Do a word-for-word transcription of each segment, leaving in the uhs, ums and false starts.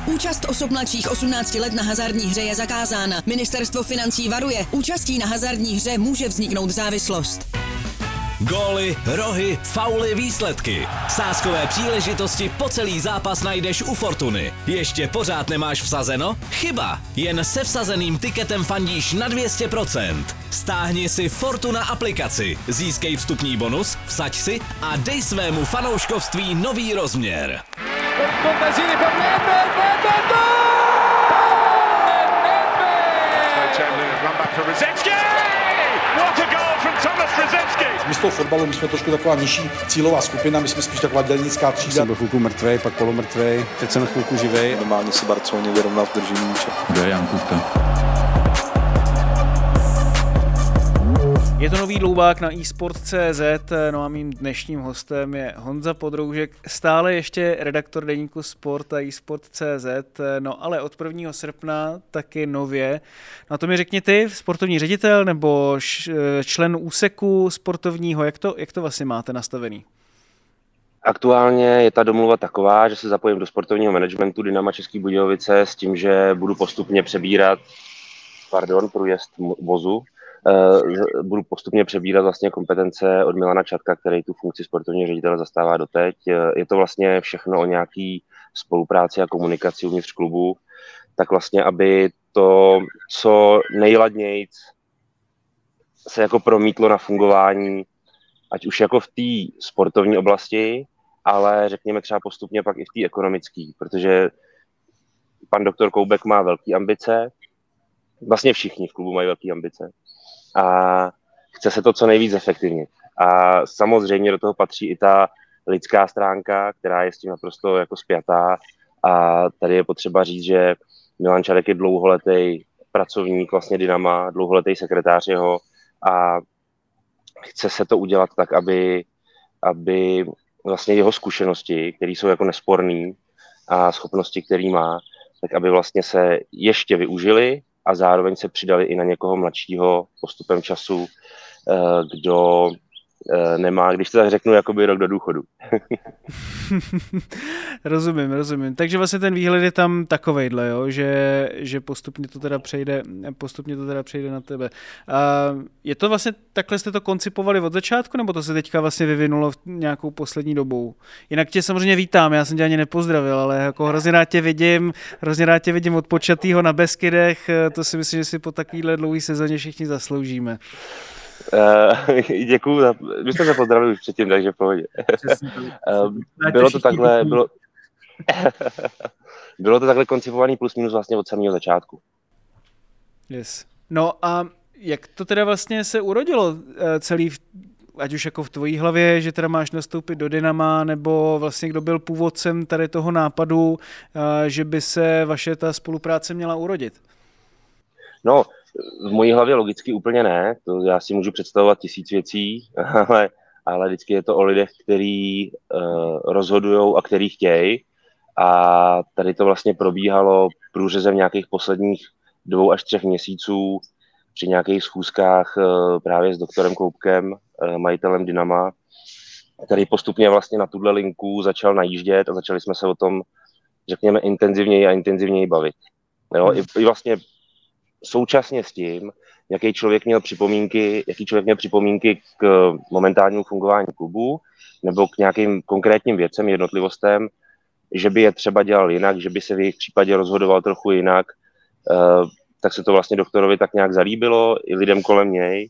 Účast osob mladších osmnácti let na hazardní hře je zakázána. Ministerstvo financí varuje, účastí na hazardní hře může vzniknout závislost. Góly, rohy, fauly, výsledky. Sázkové příležitosti po celý zápas najdeš u Fortuny. Ještě pořád nemáš vsazeno? Chyba! Jen se vsazeným tiketem fandíš na dvě stě procent. Stáhni si Fortuna aplikaci, získej vstupní bonus, vsaď si a dej svému fanouškovství nový rozměr. My z toho fotbalu, my jsme trošku taková nižší cílová skupina, my jsme spíš taková dělnická třída. Jsem byl chvilku mrtvej, pak polomrtvej, teď jsem chvilku živej. Normálně se Barceloně vyrovnal v držení míče. Kdo je Jan Kupka? Je to nový dloubák na eSport tečka cé zet, no a mým dnešním hostem je Honza Podroužek, stále ještě redaktor deníku Sport a eSport tečka cé zet, no ale od prvního srpna taky nově. No a to mi řekni ty, sportovní ředitel nebo člen úseku sportovního, jak to, jak to vlastně máte nastavený? Aktuálně je ta domluva taková, že se zapojím do sportovního managementu Dynama Český Budějovice s tím, že budu postupně přebírat, pardon, průjezd vozu, Uh, budu postupně přebírat vlastně kompetence od Milana Čatka, který tu funkci sportovního ředitele zastává doteď. Je to vlastně všechno o nějaký spolupráci a komunikaci uvnitř klubu, tak vlastně, aby to co nejladnějc se jako promítlo na fungování, ať už jako v té sportovní oblasti, ale řekněme třeba postupně pak i v té ekonomické, protože pan doktor Koubek má velké ambice, vlastně všichni v klubu mají velké ambice. A chce se to co nejvíc efektivnit. A samozřejmě do toho patří i ta lidská stránka, která je s tím naprosto jako spjatá. A tady je potřeba říct, že Milan Čarek je dlouholetý pracovník vlastně Dynama, dlouholetý sekretář jeho a chce se to udělat tak, aby, aby vlastně jeho zkušenosti, které jsou jako nesporné a schopnosti, které má, tak aby vlastně se ještě využili a zároveň se přidali i na někoho mladšího postupem času, kdo nemá, když to tak řeknu, jakoby rok do důchodu. Rozumím, rozumím. Takže vlastně ten výhled je tam takovejhle, jo? Že, že postupně to teda přejde, postupně to teda přejde na tebe. A je to vlastně, takhle jste to koncipovali od začátku, nebo to se teďka vlastně vyvinulo v nějakou poslední dobou? Jinak tě samozřejmě vítám, já jsem tě ani nepozdravil, ale jako hrozně rád tě vidím, hrozně rád tě vidím odpočatýho na Beskydech, to si myslím, že si po takovýhle dlouhý sezóně všichni zasloužíme. Uh, děkuju, za, my jsme se pozdravili už předtím, takže v pohodě. uh, bylo to takhle, bylo, bylo to takhle koncipovaný plus minus vlastně od samého začátku. Yes. No a jak to teda vlastně se urodilo celý, ať už jako v tvojí hlavě, že teda máš nastoupit do Dynama, nebo vlastně kdo byl původcem tady toho nápadu, že by se vaše ta spolupráce měla urodit? No, v mojí hlavě logicky úplně ne, to já si můžu představovat tisíc věcí, ale, ale vždycky je to o lidech, kteří uh, rozhodujou a kteří chtějí. A tady to vlastně probíhalo průřezem nějakých posledních dvou až třech měsíců při nějakých schůzkách uh, právě s doktorem Koubkem, uh, majitelem Dynama, který postupně vlastně na tuhle linku začal najíždět a začali jsme se o tom, řekněme, intenzivněji a intenzivněji bavit. Jo, hmm. i, i vlastně současně s tím, jaký člověk měl připomínky, jaký člověk měl připomínky k momentálnímu fungování klubu nebo k nějakým konkrétním věcem, jednotlivostem, že by je třeba dělal jinak, že by se v jejich případě rozhodoval trochu jinak, tak se to vlastně doktorovi tak nějak zalíbilo i lidem kolem něj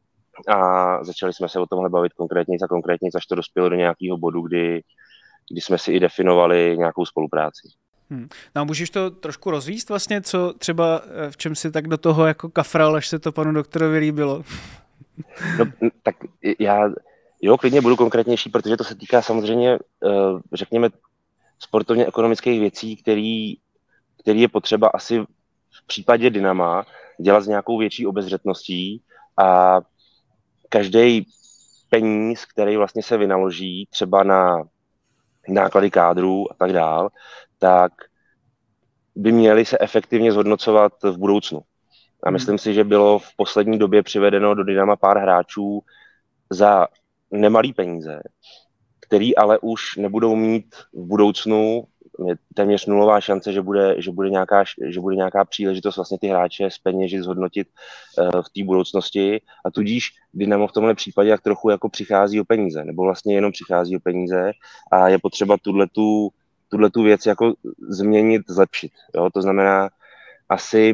a začali jsme se o tomhle bavit konkrétně a konkrétně, až to dospělo do nějakého bodu, kdy, kdy jsme si i definovali nějakou spolupráci. Hmm. No, můžeš to trošku rozvíct vlastně, co třeba v čem si tak do toho jako kafral, až se to panu doktorovi líbilo? No, tak já, jo, klidně budu konkrétnější, protože to se týká samozřejmě, řekněme, sportovně ekonomických věcí, který, který je potřeba asi v případě Dynama dělat s nějakou větší obezřetností a každý peníz, který vlastně se vynaloží třeba na náklady kádru a tak dál, tak by měly se efektivně zhodnocovat v budoucnu. A myslím si, že bylo v poslední době přivedeno do Dynama pár hráčů za nemalý peníze, který ale už nebudou mít v budoucnu je téměř nulová šance, že bude, že bude, nějaká, že bude nějaká příležitost vlastně ty hráče zpeněžit, zhodnotit uh, v té budoucnosti a tudíž Dynamo v tomhle případě jak trochu jako přichází o peníze, nebo vlastně jenom přichází o peníze a je potřeba tuhletu, tuhletu věc jako změnit, zlepšit. Jo? To znamená asi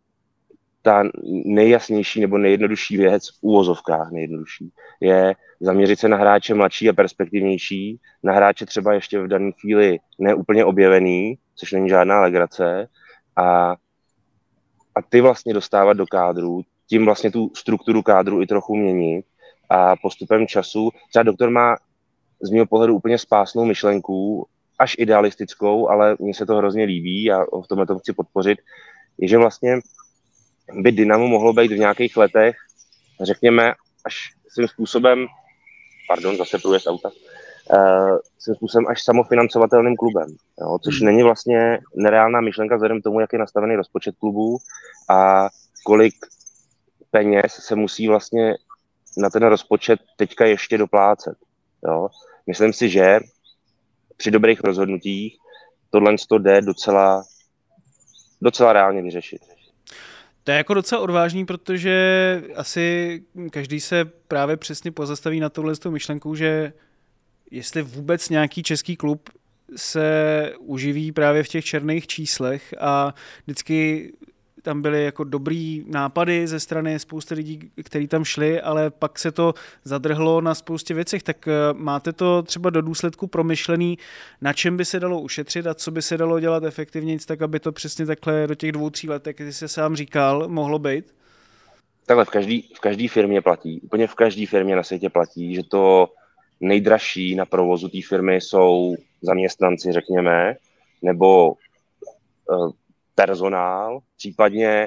ta nejjasnější nebo nejjednodušší věc v úvozovkách nejjednodušší je zaměřit se na hráče mladší a perspektivnější, na hráče třeba ještě v dané chvíli neúplně objevený, což není žádná legrace, a, a ty vlastně dostávat do kádru, tím vlastně tu strukturu kádru i trochu měnit a postupem času, třeba doktor má z mého pohledu úplně spásnou myšlenku, až idealistickou, ale mně se to hrozně líbí a v tomhle to chci podpořit, je, že vlastně by Dynamo mohlo být v nějakých letech, řekněme, až svým způsobem, pardon, zase průjezd auta, uh, svým způsobem až samofinancovatelným klubem, jo, což hmm. není vlastně nereálná myšlenka vzhledem tomu, jak je nastavený rozpočet klubů a kolik peněz se musí vlastně na ten rozpočet teďka ještě doplácet. Jo. Myslím si, že při dobrých rozhodnutích tohle to jde docela, docela reálně vyřešit. To je jako docela odvážný, protože asi každý se právě přesně pozastaví na tohle s tou myšlenkou, že jestli vůbec nějaký český klub se uživí právě v těch černých číslech a vždycky tam byly jako dobrý nápady ze strany spousty lidí, kteří tam šli, ale pak se to zadrhlo na spoustě věcech. Tak máte to třeba do důsledku promyšlený, na čem by se dalo ušetřit a co by se dalo dělat efektivně, tak aby to přesně takhle do těch dvou, tří let, jak jsi se sám říkal, mohlo být? Takhle v každý, v každý firmě platí, úplně v každý firmě na světě platí, že to nejdražší na provozu té firmy jsou zaměstnanci, řekněme, nebo uh, personál, případně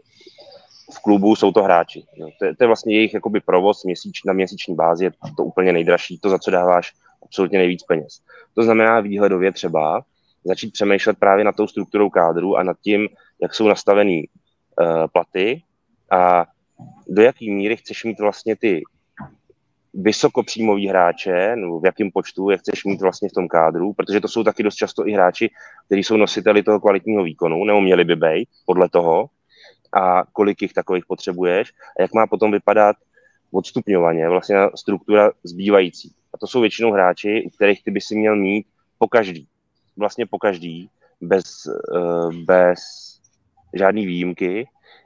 v klubu jsou to hráči. No, to, je, to je vlastně jejich jakoby provoz měsíč, na měsíční bázi, je to úplně nejdražší, to, za co dáváš absolutně nejvíc peněz. To znamená výhledově třeba začít přemýšlet právě nad tou strukturou kádru a nad tím, jak jsou nastavený uh, platy a do jaký míry chceš mít vlastně ty vysokopříjmový hráče, nebo v jakém počtu je chceš mít vlastně v tom kádru, protože to jsou taky dost často i hráči, kteří jsou nositeli toho kvalitního výkonu, nebo měli by být podle toho, a kolik jich takových potřebuješ a jak má potom vypadat odstupňovaně vlastně struktura zbývající. A to jsou většinou hráči, u kterých ty by si měl mít po každý, vlastně po každý, bez, bez žádný výjimky,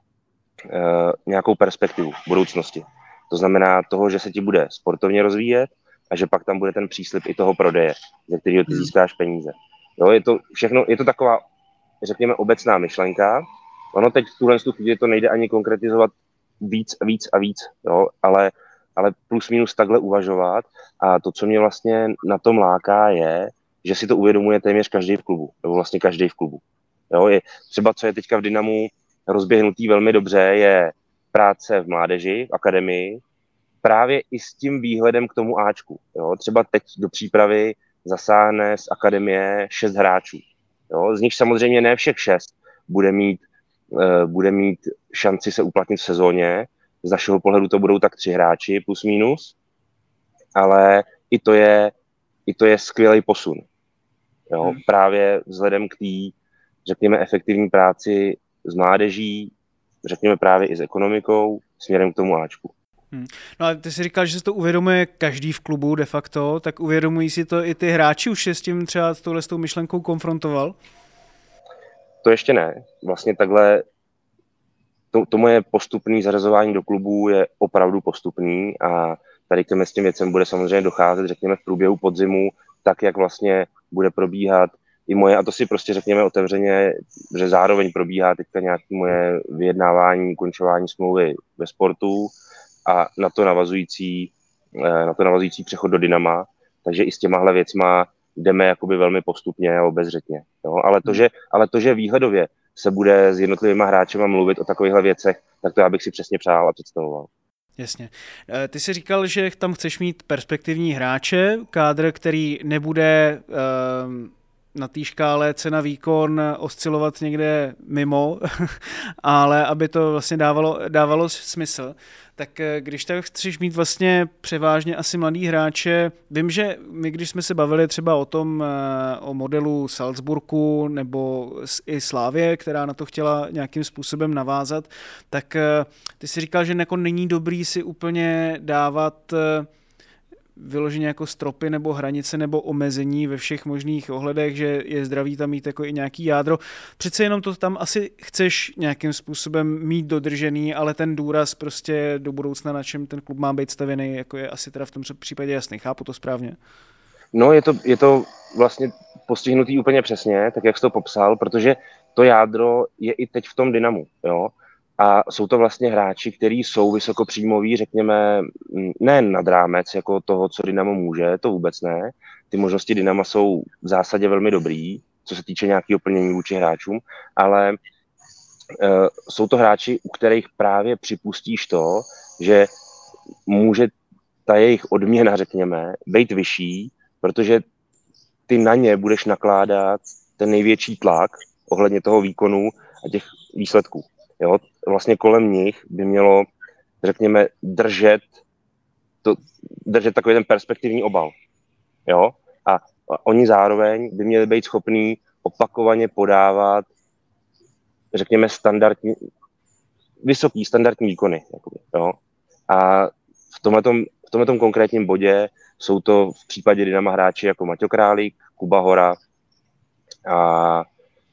nějakou perspektivu budoucnosti. To znamená toho, že se ti bude sportovně rozvíjet a že pak tam bude ten příslib i toho prodeje, ze kterého ty získáš peníze. Jo, je to všechno, je to taková, řekněme, obecná myšlenka. Ono teď v tuhle chvíli to nejde ani konkretizovat víc a víc a víc, jo, ale, ale plus minus takhle uvažovat. A to, co mě vlastně na tom láká, je, že si to uvědomuje téměř každý v klubu, nebo vlastně každý v klubu. Jo, je, třeba, co je teďka v Dynamu rozběhnutý velmi dobře, je práce v mládeži, v akademii, právě i s tím výhledem k tomu Ačku. Jo. Třeba teď do přípravy zasáhne z akademie šest hráčů. Jo. Z nich samozřejmě ne všech šest bude mít, uh, bude mít šanci se uplatnit v sezóně. Z našeho pohledu to budou tak tři hráči plus minus, ale i to je, i to je skvělý posun. Jo. Hmm. Právě vzhledem k té, řekněme, efektivní práci s mládeží, řekněme právě i s ekonomikou, směrem k tomu Ačku. Hmm. No a ty jsi říkal, že se to uvědomuje každý v klubu de facto, tak uvědomují si to i ty hráči, už je s tím třeba s touhle s tou myšlenkou konfrontoval? To ještě ne. Vlastně takhle to, to moje postupné zařazování do klubu je opravdu postupný a tady k těm, s těm věcem bude samozřejmě docházet, řekněme, v průběhu podzimu, tak, jak vlastně bude probíhat i moje, a to si prostě řekněme otevřeně, že zároveň probíhá teďka nějaké moje vyjednávání, končování smlouvy ve sportu a na to navazující, na to navazující přechod do Dynama, takže i s těmahle věcma jdeme jakoby velmi postupně a obezřetně. Jo? Ale, to, že, ale to, že výhledově se bude s jednotlivými hráčema mluvit o takovýchhle věcech, tak to já bych si přesně přál a představoval. Jasně. Ty jsi říkal, že tam chceš mít perspektivní hráče, kádr, který nebude uh, na té škále cena výkon oscilovat někde mimo, ale aby to vlastně dávalo, dávalo smysl. Tak když tak chceš mít vlastně převážně asi mladý hráče, vím, že my, když jsme se bavili třeba o tom, o modelu Salzburgu nebo i Slavie, která na to chtěla nějakým způsobem navázat, tak ty si říkal, že jako není dobrý si úplně dávat vyloženě jako stropy nebo hranice nebo omezení ve všech možných ohledech, že je zdravý tam mít jako i nějaký jádro. Přece jenom to tam asi chceš nějakým způsobem mít dodržený, ale ten důraz prostě do budoucna, na čem ten klub má být stavěný, jako je asi teda v tom případě jasný. Chápu to správně? No je to, je to vlastně postihnutý úplně přesně, tak jak jsi to popsal, protože to jádro je i teď v tom Dynamu, jo. A jsou to vlastně hráči, kteří jsou vysokopříjmoví, řekněme, ne nad rámec jako toho, co Dynamo může, to vůbec ne. Ty možnosti Dynama jsou v zásadě velmi dobrý, co se týče nějakého plnění vůči hráčům, ale uh, jsou to hráči, u kterých právě připustíš to, že může ta jejich odměna, řekněme, být vyšší, protože ty na ně budeš nakládat ten největší tlak ohledně toho výkonu a těch výsledků. Jo, vlastně kolem nich by mělo, řekněme, držet, to, držet takový ten perspektivní obal. Jo? A, a oni zároveň by měli být schopní opakovaně podávat, řekněme, standardní, vysoký standardní výkony. Jakoby, jo? A v tomhletom, v tomhletom konkrétním bodě jsou to v případě Dynama hráči jako Maťo Králík, Kuba Hora a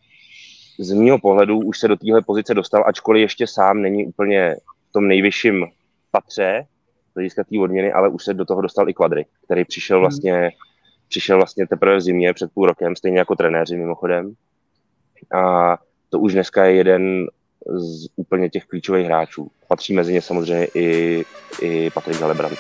z mýho pohledu už se do téhle pozice dostal, ačkoliv ještě sám není úplně v tom nejvyšším patře z hlediska té odměny, ale už se do toho dostal i Kvadry, který přišel vlastně, hmm. přišel vlastně teprve v zimě před půl rokem, stejně jako trenéři mimochodem. A to už dneska je jeden z úplně těch klíčových hráčů. Patří mezi ně samozřejmě i, i Patrik Helebrant.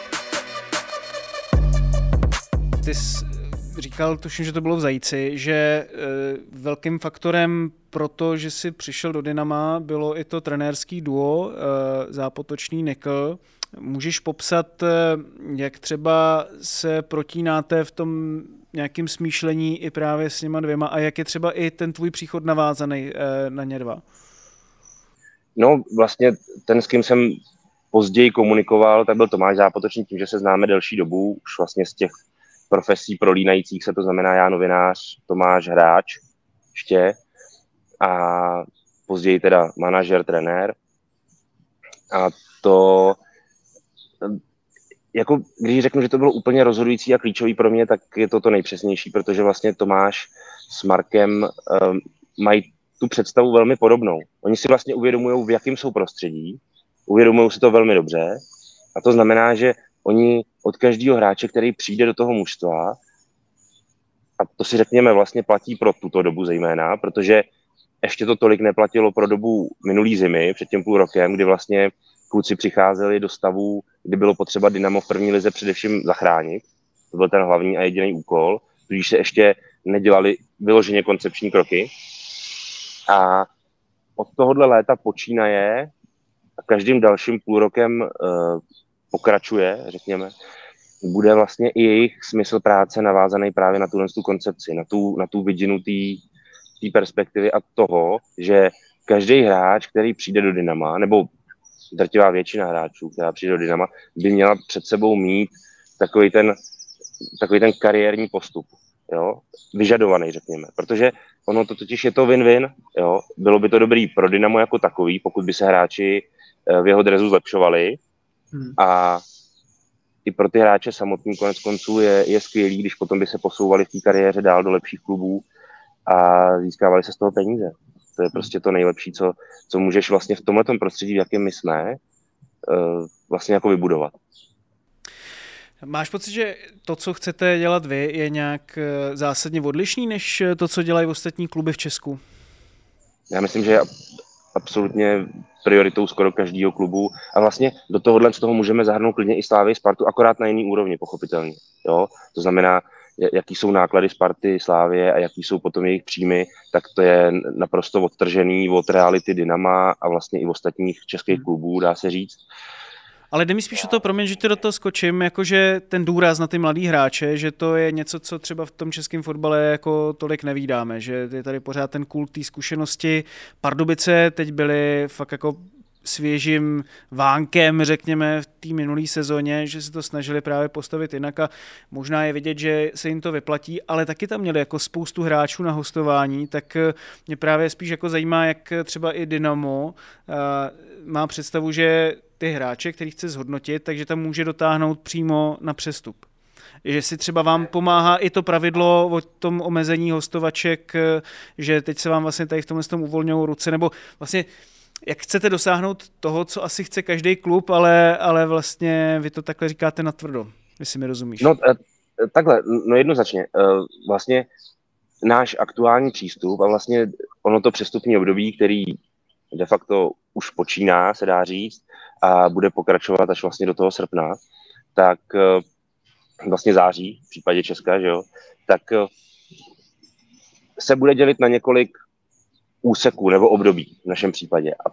Ty jsi říkal, tuším, že to bylo v Zajíci, že e, velkým faktorem pro to, že jsi přišel do Dynama, bylo i to trenérský duo, e, Zápotočný Nekl. Můžeš popsat, e, jak třeba se protínáte v tom nějakým smýšlení i právě s něma dvěma a jak je třeba i ten tvůj příchod navázaný e, na ně dva? No vlastně ten, s kým jsem později komunikoval, tak byl Tomáš Zápotočný, tím, že se známe delší dobu, už vlastně z těch profesí prolínajících se, to znamená já novinář, Tomáš hráč ještě a později teda manažer, trenér. A to, jako když řeknu, že to bylo úplně rozhodující a klíčový pro mě, tak je to to nejpřesnější, protože vlastně Tomáš s Markem um, mají tu představu velmi podobnou. Oni si vlastně uvědomují, v jakém jsou prostředí, uvědomují si to velmi dobře a to znamená, že oni od každého hráče, který přijde do toho mužstva, a to si řekněme vlastně platí pro tuto dobu zejména, protože ještě to tolik neplatilo pro dobu minulý zimy, před tím půl rokem, kdy vlastně kluci přicházeli do stavu, kdy bylo potřeba Dynamo v první lize především zachránit. To byl ten hlavní a jediný úkol, tudíž se ještě nedělali vyloženě koncepční kroky. A od tohohle léta počínaje a každým dalším půl rokem uh, pokračuje, řekněme, bude vlastně i jejich smysl práce navázaný právě na tuhle tu koncepci, na tu, na tu vidinu té perspektivy a toho, že každý hráč, který přijde do Dynama, nebo drtivá většina hráčů, která přijde do Dynama, by měla před sebou mít takový ten, takový ten kariérní postup, jo? Vyžadovaný, řekněme, protože ono to totiž je to win-win, jo? Bylo by to dobrý pro Dynamo jako takový, pokud by se hráči v jeho dresu zlepšovali, Hmm. A i pro ty hráče samotný konec konců je, je skvělý, když potom by se posouvali v té kariéře dál do lepších klubů a získávali se z toho peníze. To je prostě to nejlepší, co, co můžeš vlastně v tomhletom prostředí, v jakém my jsme, vlastně jako vybudovat. Máš pocit, že to, co chcete dělat vy, je nějak zásadně odlišný než to, co dělají ostatní kluby v Česku? Já myslím, že absolutně prioritou skoro každého klubu a vlastně do tohohle z toho můžeme zahrnout klidně i Slávy, Spartu, akorát na jiný úrovni, pochopitelně. Jo? To znamená, jaký jsou náklady Sparty, Slávie a jaký jsou potom jejich příjmy, tak to je naprosto odtržený od reality Dynama a vlastně i ostatních českých klubů, dá se říct. Ale jde mi spíš o to, promiň, že tě do toho skočím, jakože ten důraz na ty mladý hráče, že to je něco, co třeba v tom českém fotbale jako tolik nevídáme, že je tady pořád ten kult té zkušenosti. Pardubice teď byly fakt jako svěžím vánkem, řekněme, v té minulé sezóně, že se to snažili právě postavit jinak a možná je vidět, že se jim to vyplatí, ale taky tam měli jako spoustu hráčů na hostování, tak mě právě spíš jako zajímá, jak třeba i Dynamo má představu, že ty hráče, který chce zhodnotit, takže tam může dotáhnout přímo na přestup. Že si třeba vám pomáhá i to pravidlo o tom omezení hostovaček, že teď se vám vlastně tady v tomhle tom uvolňují ruce, nebo vlastně jak chcete dosáhnout toho, co asi chce každý klub, ale, ale vlastně vy to takhle říkáte natvrdo, jestli mi rozumíš. No takhle, no jednoznačně. Vlastně náš aktuální přístup a vlastně ono to přestupní období, který de facto už počíná, se dá říct, a bude pokračovat až vlastně do toho srpna, tak vlastně září, v případě Česka, že jo, tak se bude dělit na několik úseků nebo období v našem případě. A v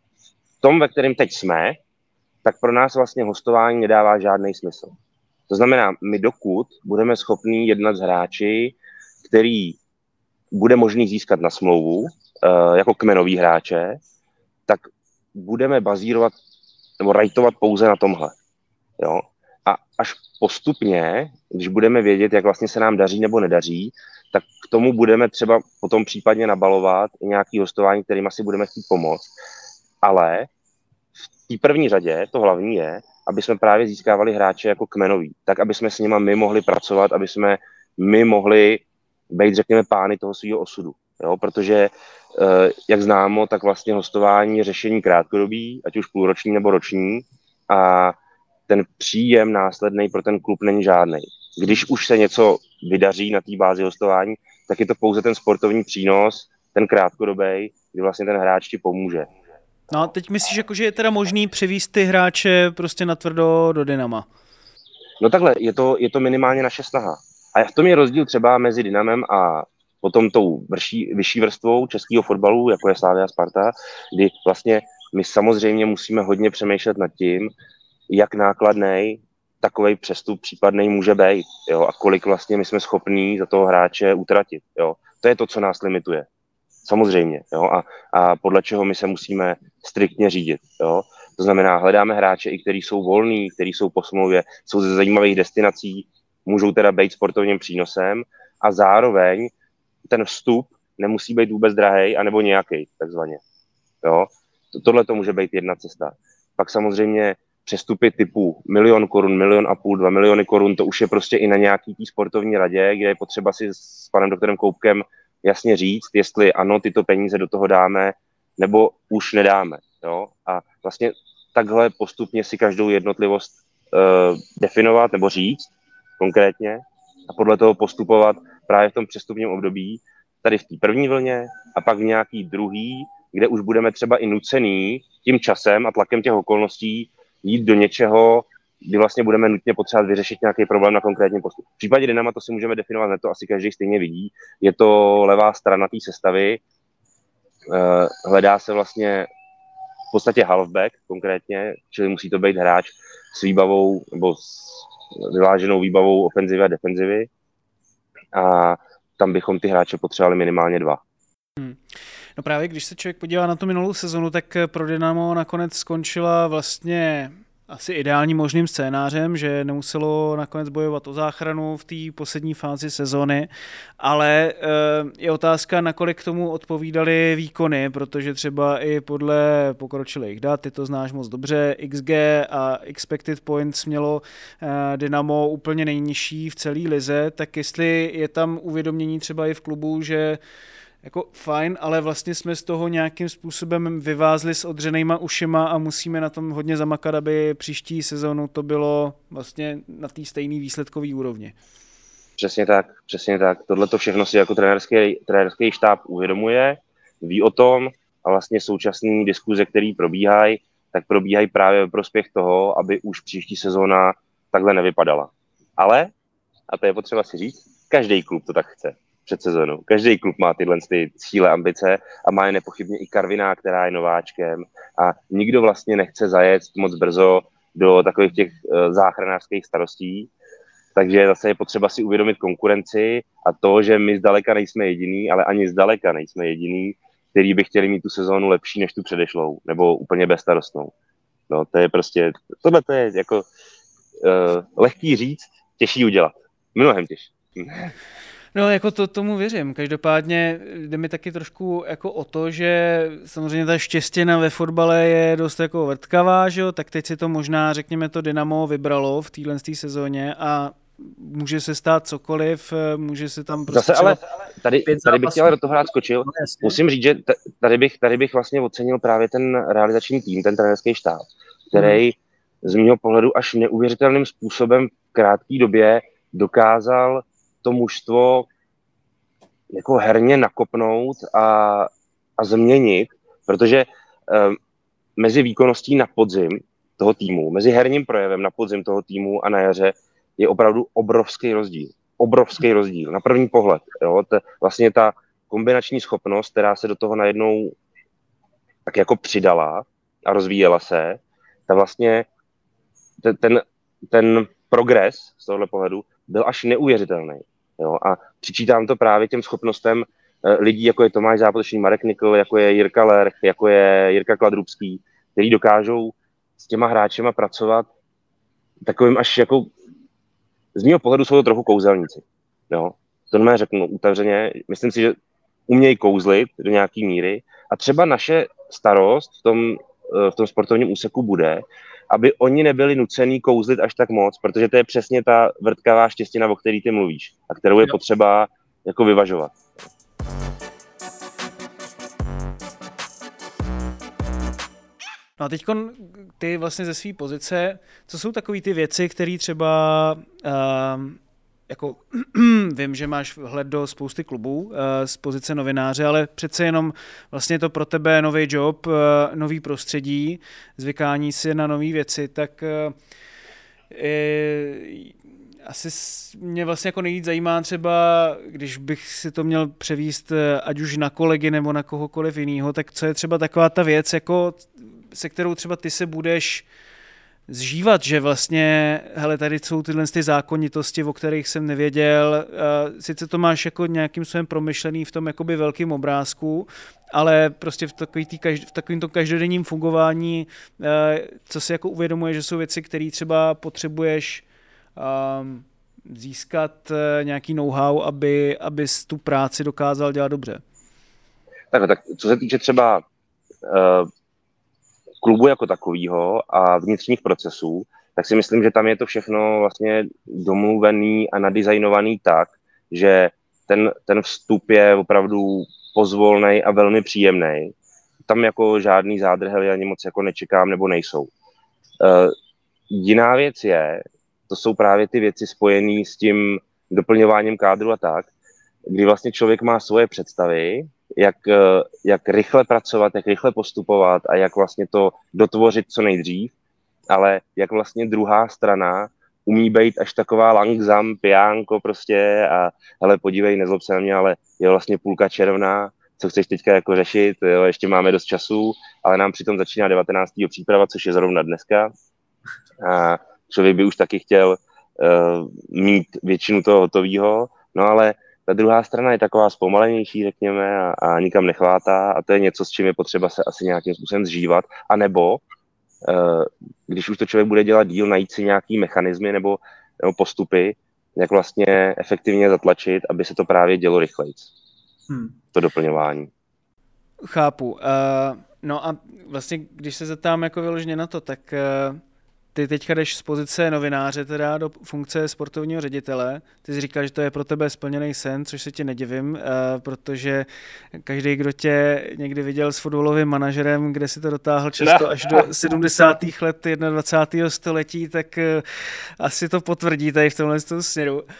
tom, ve kterém teď jsme, tak pro nás vlastně hostování nedává žádný smysl. To znamená, my dokud budeme schopní jednat s hráči, který bude možný získat na smlouvu, jako kmenový hráče, tak budeme bazírovat nebo rajtovat pouze na tomhle. Jo? A až postupně, když budeme vědět, jak vlastně se nám daří nebo nedaří, tak k tomu budeme třeba potom případně nabalovat i nějaký hostování, kterým asi budeme chtít pomoct. Ale v té první řadě to hlavní je, aby jsme právě získávali hráče jako kmenoví, tak aby jsme s nima my mohli pracovat, aby jsme my mohli být, řekněme, pány toho svého osudu. Jo? Protože, jak známo, tak vlastně hostování je řešení krátkodobí, ať už půlroční nebo roční, a ten příjem následný pro ten klub není žádný. Když už se něco vydaří na té bázi hostování, tak je to pouze ten sportovní přínos, ten krátkodobý, kdy vlastně ten hráč ti pomůže. No a teď myslíš, jako, že je teda možný přivést ty hráče prostě natvrdo do Dynama? No takhle, je to, je to minimálně naše snaha. A v tom je rozdíl třeba mezi Dynamem a potom tou vrší, vyšší vrstvou českého fotbalu, jako je Slavia Sparta, kdy vlastně my samozřejmě musíme hodně přemýšlet nad tím, jak nákladnej takovej přestup případnej může být, jo, a kolik vlastně my jsme schopní za toho hráče utratit, jo. To je to, co nás limituje. Samozřejmě, jo, a, a podle čeho my se musíme striktně řídit, jo. To znamená, hledáme hráče, i kteří jsou volní, kteří jsou po smlouvě, jsou ze zajímavých destinací, můžou teda být sportovním přínosem a zároveň ten vstup nemusí být vůbec drahej, anebo nějaký, takzvaně, jo. Tohle to může být jedna cesta. Pak samozřejmě přestupy typu milion korun, milion a půl, dva miliony korun, to už je prostě i na nějaký tý sportovní radě, kde je potřeba si s panem doktorem Koupkem jasně říct, jestli ano, tyto peníze do toho dáme, nebo už nedáme. Jo? A vlastně takhle postupně si každou jednotlivost uh, definovat nebo říct konkrétně a podle toho postupovat právě v tom přestupním období, tady v té první vlně a pak v nějaký druhý, kde už budeme třeba i nucený tím časem a tlakem těch okolností jít do něčeho, kdy vlastně budeme nutně potřebovat vyřešit nějaký problém na konkrétním postupu. V případě Dynama to si můžeme definovat, ne to asi každý stejně vidí. Je to levá strana té sestavy, hledá se vlastně v podstatě halfback konkrétně, čili musí to být hráč s výbavou nebo s vyváženou výbavou ofenzivy a defenzivy a tam bychom ty hráče potřebovali minimálně dva. Hmm. No právě, když se člověk podívá na tu minulou sezonu, tak pro Dynamo nakonec skončila vlastně asi ideálním možným scénářem, že nemuselo nakonec bojovat o záchranu v té poslední fázi sezony, ale je otázka, nakolik k tomu odpovídaly výkony, protože třeba i podle pokročilých dat, ty to znáš moc dobře, X G a expected points mělo Dynamo úplně nejnižší v celé lize, tak jestli je tam uvědomění třeba i v klubu, že jako fajn, ale vlastně jsme z toho nějakým způsobem vyvázli s odřenejma ušima a musíme na tom hodně zamakat, aby příští sezonu to bylo vlastně na té stejné výsledkové úrovni. Přesně tak, přesně tak. Tohle to všechno si jako trenérský, trenérský štáb uvědomuje, ví o tom a vlastně současné diskuze, které probíhají, tak probíhají právě ve prospěch toho, aby už příští sezóna takhle nevypadala. Ale, a to je potřeba si říct, každý klub to tak chce. Před sezónou. Každý klub má tyhle ty cíle, ambice a má je nepochybně i Karviná, která je nováčkem a nikdo vlastně nechce zajet moc brzo do takových těch uh, záchranářských starostí. Takže zase je potřeba si uvědomit konkurenci a to, že my zdaleka nejsme jediný, ale ani zdaleka nejsme jediný, který by chtěli mít tu sezónu lepší než tu předešlou, nebo úplně bezstarostnou. No, to je prostě, tohle to je jako uh, lehký říct, těžší udělat. Mnohem těžší. No, jako to tomu věřím. Každopádně jde mi taky trošku jako o to, že samozřejmě ta štěstěna ve fotbale je dost jako vrtkavá, že jo? Tak teď si to možná, řekněme, to Dynamo vybralo v téhle sezóně a může se stát cokoliv, může se tam prostě... Zase ale tady, tady bych chtěl do toho rád skočil. Musím říct, že tady bych, tady bych vlastně ocenil právě ten realizační tým, ten trenérský štáb, který hmm. z mýho pohledu až neuvěřitelným způsobem v krátké době dokázal to mužstvo jako herně nakopnout a, a změnit, protože um, mezi výkonností na podzim toho týmu, mezi herním projevem na podzim toho týmu a na jaře je opravdu obrovský rozdíl. Obrovský rozdíl. Na první pohled. Jo? To, vlastně ta kombinační schopnost, která se do toho najednou tak jako přidala a rozvíjela se, ta vlastně ten, ten, ten progres z tohohle pohledu byl až neuvěřitelný. Jo? A přičítám to právě těm schopnostem lidí, jako je Tomáš Zápotočný, Marek Nikl, jako je Jirka Lerch, jako je Jirka Kladrubský, který dokážou s těma hráčema pracovat takovým až jako z mého pohledu jsou to trochu kouzelníci. Jo? To mě řeknu otevřeně. Myslím si, že umějí kouzlit do nějaký míry a třeba naše starost v tom, v tom sportovním úseku bude, aby oni nebyli nucený kouzlit až tak moc, protože to je přesně ta vrtkavá štěstina, o který ty mluvíš a kterou je potřeba jako vyvažovat. No a teď ty vlastně ze své pozice, co jsou takové ty věci, které třeba, uh, jako vím, že máš vhled do spousty klubů uh, z pozice novináře, ale přece jenom vlastně to pro tebe nový job, uh, nový prostředí, zvykání si na nové věci, tak uh, je, asi mě vlastně jako nejvíc zajímá třeba, když bych si to měl převíst ať už na kolegy nebo na kohokoliv jiného, tak co je třeba taková ta věc, jako se kterou třeba ty se budeš zžívat, že vlastně, hele, tady jsou tyhle ty zákonitosti, o kterých jsem nevěděl, sice to máš jako nějakým způsobem promyšlený v tom jakoby velkým obrázku, ale prostě v, takový tý, v takovým tom každodenním fungování, co si jako uvědomuje, že jsou věci, které třeba potřebuješ um, získat nějaký know-how, aby, abys tu práci dokázal dělat dobře. Tak, tak co se týče třeba uh... klubu jako takového a vnitřních procesů, tak si myslím, že tam je to všechno vlastně domluvený a nadizajnovaný tak, že ten, ten vstup je opravdu pozvolnej a velmi příjemný. Tam jako žádný zádrhely ani moc jako nečekám nebo nejsou. Uh, jiná věc je, to jsou právě ty věci spojené s tím doplňováním kádru a tak, kdy vlastně člověk má svoje představy, Jak, jak rychle pracovat, jak rychle postupovat a jak vlastně to dotvořit co nejdřív, ale jak vlastně druhá strana umí být až taková langzam, pijánko prostě a hele, podívej, nezlob se na mě, ale je vlastně půlka června, co chceš teďka jako řešit, jo, ještě máme dost času, ale nám přitom začíná devatenáctého příprava, což je zrovna dneska a člověk by už taky chtěl uh, mít většinu toho hotového, no ale ta druhá strana je taková zpomalenější, řekněme, a, a nikam nechvátá a to je něco, s čím je potřeba se asi nějakým způsobem zžívat. A nebo, uh, když už to člověk bude dělat díl, najít si nějaký mechanismy nebo, nebo postupy, jak vlastně efektivně zatlačit, aby se to právě dělo rychleji. Hmm. To doplňování. Chápu. Uh, no a vlastně, když se zeptám jako vyloženě na to, tak uh, ty teďka jdeš z pozice novináře teda do funkce sportovního ředitele. Ty jsi říkal, že to je pro tebe splněný sen, což se ti nedivím, uh, protože každý, kdo tě někdy viděl s fotbalovým manažerem, kde si to dotáhl často až do sedmdesátých let dvacátého století, tak uh, asi to potvrdí tady v tomhle směru. Uh,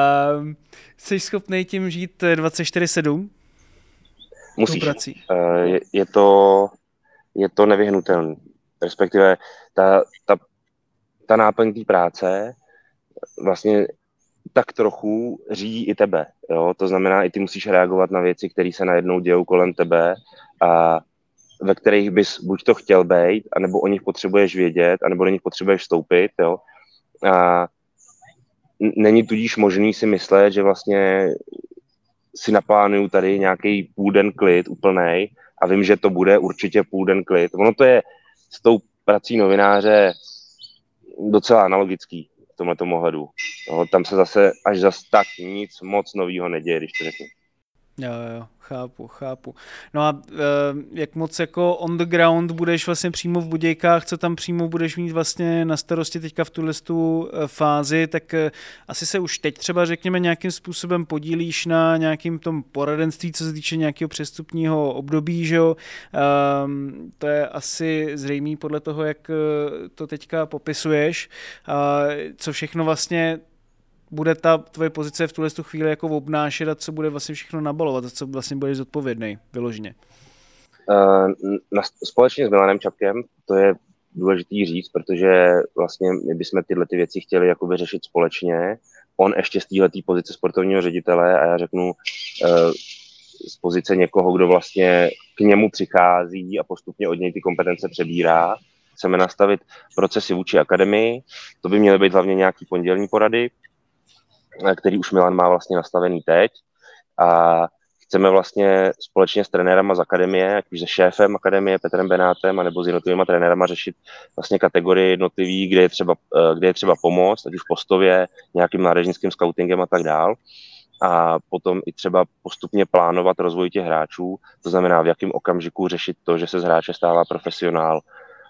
jsi schopný tím žít dvacet čtyři sedm? Musíš. Uh, je, je, to, je to nevyhnutelné. Respektive ta, ta ta náplň té práce vlastně tak trochu řídí i tebe. Jo? To znamená, i ty musíš reagovat na věci, které se najednou dějou kolem tebe a ve kterých bys buď to chtěl být, anebo o nich potřebuješ vědět, anebo do nich potřebuješ vstoupit, jo. A není tudíž možný si myslet, že vlastně si naplánuju tady nějaký půl den klid úplnej a vím, že to bude určitě půl den klid. Ono to je s tou prací novináře docela analogický v tomhletom ohledu. No, tam se zase až zas tak nic moc novýho neděje, když to řeknu. Jo, jo, chápu, chápu. No a e, jak moc jako on the ground budeš vlastně přímo v Budějkách, co tam přímo budeš mít vlastně na starosti teďka v tuhle tu fázi, tak e, asi se už teď třeba řekněme nějakým způsobem podílíš na nějakým tom poradenství, co se týče nějakého přestupního období, že jo? E, to je asi zřejmý podle toho, jak to teďka popisuješ. E, co všechno vlastně bude ta tvoje pozice v tuhle chvíli jako obnášet a co bude vlastně všechno nabalovat a co vlastně budeš zodpovědný vyloženě? Uh, na, společně s Milanem Čapkem, to je důležitý říct, protože vlastně my bychom tyhle ty věci chtěli jakoby řešit společně. On ještě z téhletý pozice sportovního ředitele a já řeknu uh, z pozice někoho, kdo vlastně k němu přichází a postupně od něj ty kompetence přebírá. Chceme nastavit procesy vůči akademii, to by měly být hlavně nějaký pondělní porady, který už Milan má vlastně nastavený teď a chceme vlastně společně s trenérama z akademie, ať už se šéfem akademie Petrem Benátem, anebo s jednotlivými trenérama řešit vlastně kategorie jednotlivý, kde je třeba, kde je třeba pomoct, ať už postově, nějakým mládežnickým scoutingem a tak dál. A potom i třeba postupně plánovat rozvoj těch hráčů, to znamená v jakém okamžiku řešit to, že se z hráče stává profesionál,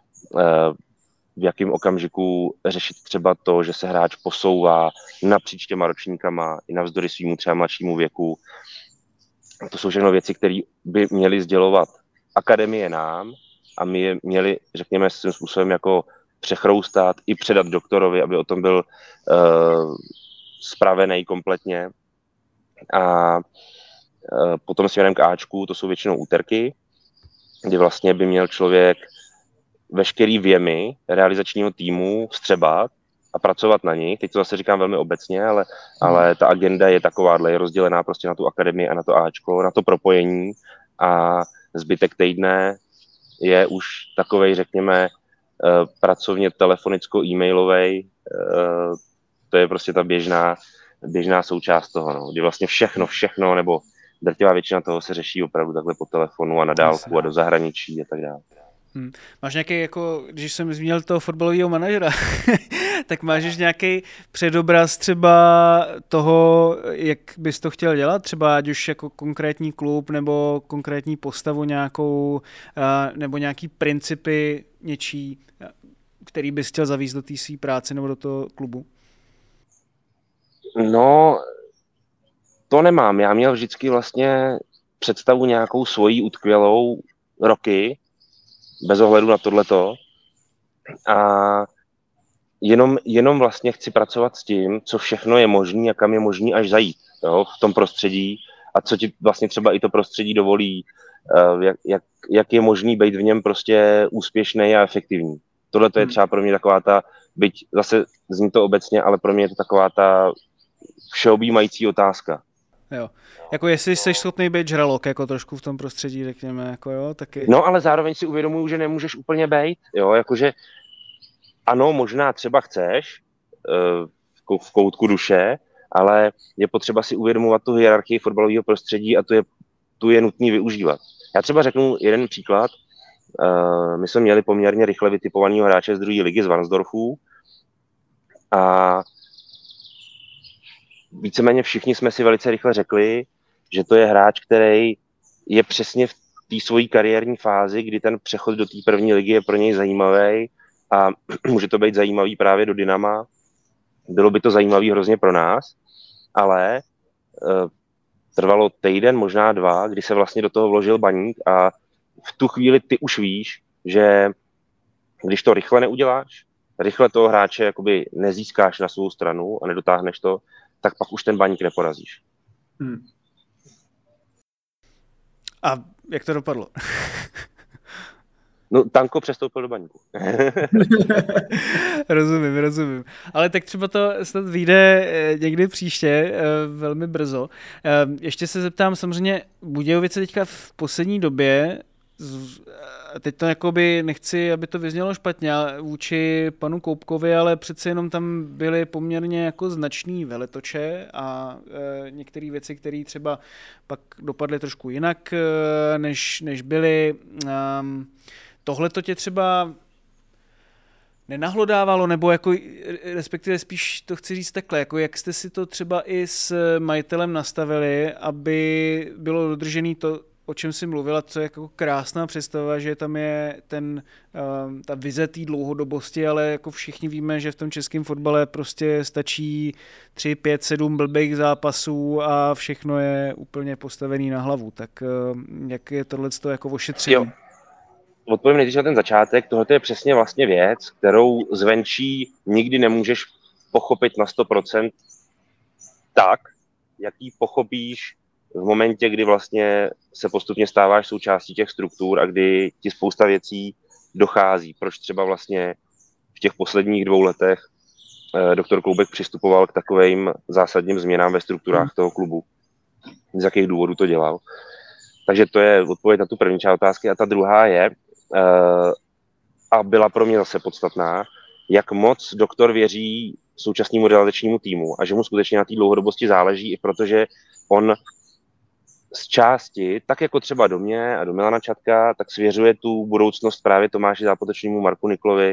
v jakém okamžiku řešit třeba to, že se hráč posouvá napříč těma ročníkama i navzdory svýmu třeba mladšímu věku. To jsou všechno věci, které by měly sdělovat akademie nám a my je měli, řekněme, svým způsobem jako přechroustat i předat doktorovi, aby o tom byl uh, spravený kompletně. A uh, potom směrem k Ačku, to jsou většinou úterky, kdy vlastně by měl člověk veškerý věmy realizačního týmu vstřebat a pracovat na nich. Teď to zase říkám velmi obecně, ale, ale ta agenda je takováhle, je rozdělená prostě na tu akademii a na to Ačko, na to propojení a zbytek týdne je už takovej, řekněme, pracovně telefonicko-e-mailovej, to je prostě ta běžná, běžná součást toho, no, kdy vlastně všechno, všechno, nebo drtivá většina toho se řeší opravdu takhle po telefonu a na dálku a do zahraničí a tak dále. Hmm. Máš nějaký, jako, když jsem zmínil toho fotbalového manažera, tak máš nějaký předobraz třeba toho, jak bys to chtěl dělat? Třeba ať už jako konkrétní klub nebo konkrétní postavu nějakou, nebo nějaký principy něčí, který bys chtěl zavíst do té své práce nebo do toho klubu? No, to nemám. Já měl vždycky vlastně představu nějakou svojí utkvělou roky, bez ohledu na tohleto. A jenom, jenom vlastně chci pracovat s tím, co všechno je možný a kam je možný až zajít, jo, v tom prostředí a co ti vlastně třeba i to prostředí dovolí, jak, jak, jak je možný být v něm prostě úspěšný a efektivní. Tohle to je třeba pro mě taková ta, byť zase zní to obecně, ale pro mě je to taková ta všeobjímající otázka. Jo. Jako jestli jsi schopný být žralok, jako trošku v tom prostředí, řekněme, jako jo, taky. No, ale zároveň si uvědomuju, že nemůžeš úplně být, jo, jakože ano, možná třeba chceš uh, v koutku duše, ale je potřeba si uvědomovat tu hierarchii fotbalového prostředí a tu je, tu je nutný využívat. Já třeba řeknu jeden příklad. Uh, my jsme měli poměrně rychle vytipovaného hráče z druhé ligy z Varnsdorfu a víceméně všichni jsme si velice rychle řekli, že to je hráč, který je přesně v té svojí kariérní fázi, kdy ten přechod do té první ligy je pro něj zajímavý a může to být zajímavý právě do Dynama. Bylo by to zajímavý hrozně pro nás, ale uh, trvalo týden, možná dva, kdy se vlastně do toho vložil Baník a v tu chvíli ty už víš, že když to rychle neuděláš, rychle toho hráče jakoby nezískáš na svou stranu a nedotáhneš to, tak pak už ten Baník neporazíš. Hmm. A jak to dopadlo? No, Tanko přestoupil do Baníku. Rozumím, rozumím. Ale tak třeba to snad vyjde někdy příště, velmi brzo. Ještě se zeptám, samozřejmě Budějovice teďka v poslední době teď to jakoby nechci, aby to vyznělo špatně vůči panu Koubkovi, ale přece jenom tam byly poměrně jako značný veletoče a e, některé věci, které třeba pak dopadly trošku jinak, e, než, než byly. E, tohle to tě třeba nenahlodávalo, nebo jako, respektive spíš to chci říct takhle, jako jak jste si to třeba i s majitelem nastavili, aby bylo dodržený to, o čem jsi mluvila, co je jako krásná představa, že tam je ten, uh, ta vize té dlouhodobosti, ale jako všichni víme, že v tom českém fotbale prostě stačí tři, pět, sedm blbých zápasů a všechno je úplně postavený na hlavu. Tak uh, jak je tohleto jako ošetření? Jo. Odpovím nejdřív na ten začátek. Tohle je přesně vlastně věc, kterou zvenčí nikdy nemůžeš pochopit na sto procent tak, jak ji pochopíš v momentě, kdy vlastně se postupně stáváš součástí těch struktur a kdy ti spousta věcí dochází. Proč třeba vlastně v těch posledních dvou letech eh, doktor Koubek přistupoval k takovým zásadním změnám ve strukturách toho klubu. Z jakých důvodů to dělal. Takže to je odpověď na tu první část otázky. A ta druhá je, eh, a byla pro mě zase podstatná, jak moc doktor věří současnému realizačnímu týmu a že mu skutečně na té dlouhodobosti záleží, i protože on z části, tak jako třeba do mě a do Milana Čatka, tak svěřuje tu budoucnost právě Tomáši Zápotečnému, Marku Niklovi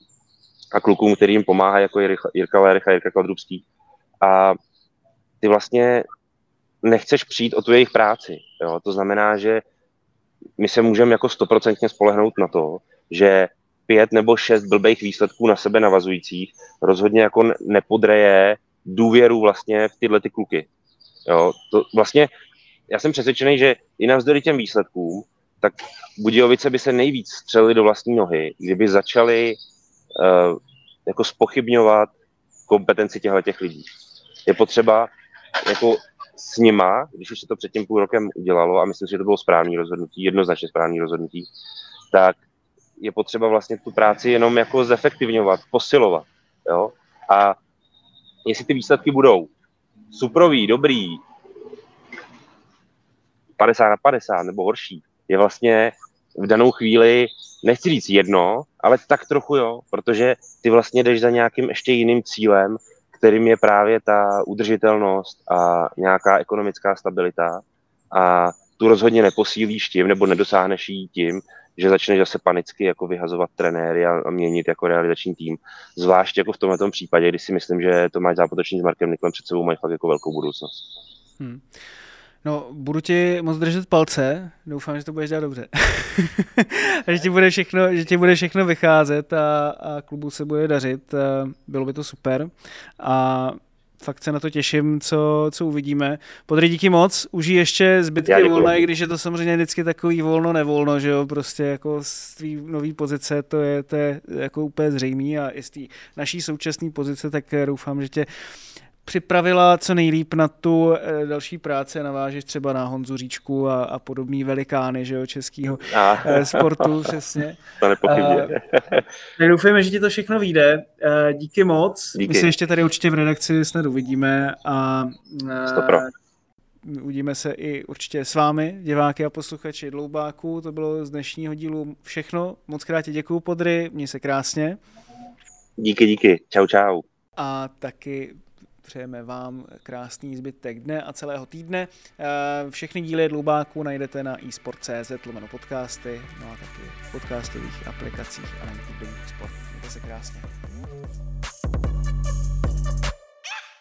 a klukům, který jim pomáhá, jako je Jirka Lérich a Jirka Kvadrubský. A ty vlastně nechceš přijít o tu jejich práci. Jo? To znamená, že my se můžeme jako stoprocentně spolehnout na to, že pět nebo šest blbých výsledků na sebe navazujících rozhodně jako nepodreje důvěru vlastně v tyhle ty kluky. Jo? To vlastně já jsem přesvědčený, že i navzdory těm výsledkům, tak Budějovice by se nejvíc střelili do vlastní nohy, kdyby začali uh, jako zpochybňovat kompetenci těchto lidí. Je potřeba jako s nima, když už se to před tím půl rokem udělalo, a myslím si, že to bylo správný rozhodnutí, jednoznačně správný rozhodnutí, tak je potřeba vlastně tu práci jenom jako zefektivňovat, posilovat. Jo? A jestli ty výsledky budou suprový, dobrý, padesát na padesát nebo horší, je vlastně v danou chvíli, nechci říct jedno, ale tak trochu jo, protože ty vlastně jdeš za nějakým ještě jiným cílem, kterým je právě ta udržitelnost a nějaká ekonomická stabilita a tu rozhodně neposílíš tím, nebo nedosáhneš jí tím, že začneš zase panicky jako vyhazovat trenéry a, a měnit jako realizační tým. Zvlášť jako v tomto případě, kdy si myslím, že Tomáš Zápotočný s Markem Niklem před sebou mají fakt jako velkou budoucnost. Hmm. No, budu ti moc držet palce, doufám, že to budeš dělat dobře. A že ti bude všechno, že ti bude všechno vycházet a, a klubu se bude dařit, bylo by to super. A fakt se na to těším, co, co uvidíme. Podry, díky moc, užij ještě zbytky volna, i když je to samozřejmě vždycky takový volno, nevolno, že jo, prostě jako z tvý nový pozice, to je, to je jako úplně zřejmý a i z té naší současné pozice, tak doufám, že tě připravila co nejlíp na tu e, další práci a navážeš třeba na Honzu Říčku a, a podobný velikány, že jo, českého e, sportu, přesně. To nepochybně. E, doufujeme, že ti to všechno vyjde. E, díky moc. Díky. My se ještě tady určitě v redakci snad uvidíme a e, uvidíme se i určitě s vámi, diváky a posluchači Dloubáků. To bylo z dnešního dílu všechno. Moc krát ti děkuju, Podry, měj se krásně. Díky, díky. Čau, čau. A taky přejeme vám krásný zbytek dne a celého týdne. Všechny díly Dloubáků najdete na e-sport tečka cé zet lomeno podcasty, no a taky v podcastových aplikacích a na YouTube Sport. Mějte se krásně.